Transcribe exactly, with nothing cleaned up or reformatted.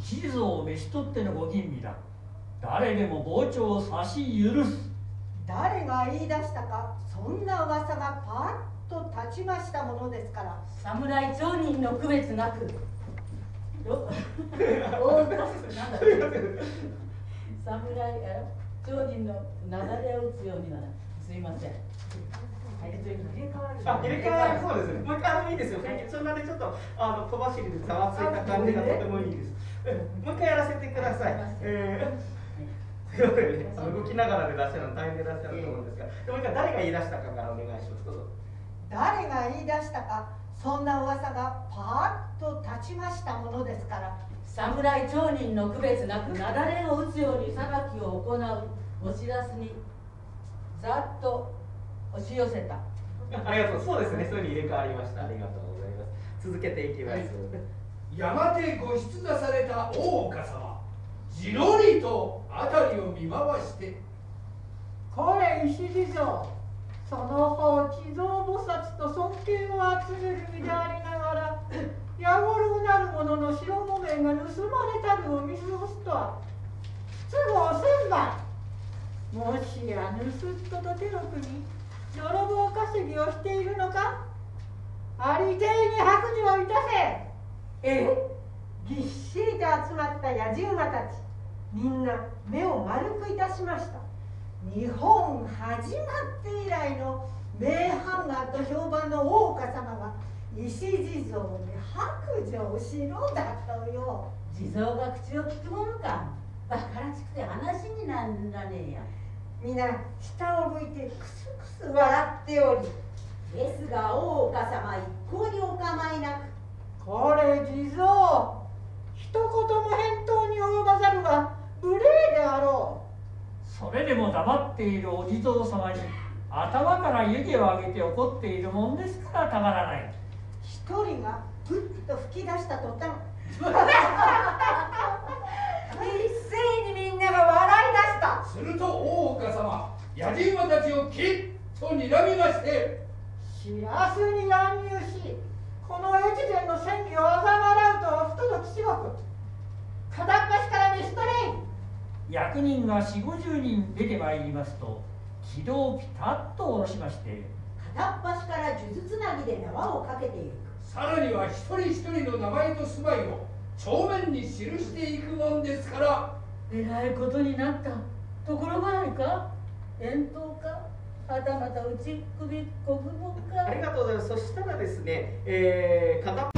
一地蔵を召し取ってのご吟味だ。誰でも傍聴を差し許す。 誰が言い出したか、そんな噂がパッと立ちましたものですから。 侍町人の区別なくど大なんだ侍町人のなだれを打つようにならすいません。はい、入れ替わる。 あ、入れ替わりそうですね。もう一回あのいいですよ。そんなにちょっとあの小走りでざわついた感じがとてもいいです。もう一回やらせてください。えーすいませんね、動きながらでいらっしゃるの大変でいらっしゃると思うんですが、でもう一回誰が言い出したかからお願いします。どうぞ。 誰が言い出したか、そんな噂がパーッと立ちましたものですから。 侍町人の区別なくなだれを打つように裁きを行うお知らせにざっと押し寄せた。 ありがとう。そうですね。そういうふうに入れ替わりました。ありがとうございます。続けていきます。 やがてご出座された大岡様、じろりと辺りを見回して、 これ石地蔵、その方地蔵菩薩と尊敬を集める身でありながら、やごろうなる者の白木綿が盗まれたるを見過ごすとは不都合千万。もしや盗っ人と手の国泥棒稼ぎをしているのか。ありていに白状いたせ。 ええ、ぎっしりと集まったやじ馬たち、みんな目を丸くいたしました。日本始まって以来の名ハンガーと評判の大岡様が石地蔵に白状しろだとよ。 地蔵が口を聞くものか。バカらしくて話になんらねえや。 皆下を向いてクスクス笑っており、 ですが大岡様一向にお構いなく。 これ地蔵、一言も返答に及ばざるが無礼であろう。それでも黙っているお地蔵様に頭から湯気を上げて怒っているもんですからたまらない。 一人がプッと吹き出した途端一斉にみんなが笑い出した。 すると大岡様、やじ馬たちをきっと睨みまして、 しらすに乱入し、この越前の戦議を嘲笑うとは不届き至極。片っ端から召し取れ。 役人が四五十人出てまいりますと、軌道をピタッと下ろしまして、 片っ端から数珠つなぎで縄をかけていく。 さらには一人一人の名前と住まいを帳面に記していくもんですから。 えらいことになった。ところがないか、遠投か、はたまた内首国分か。 ありがとうございます。そしたらですね、えー、片っ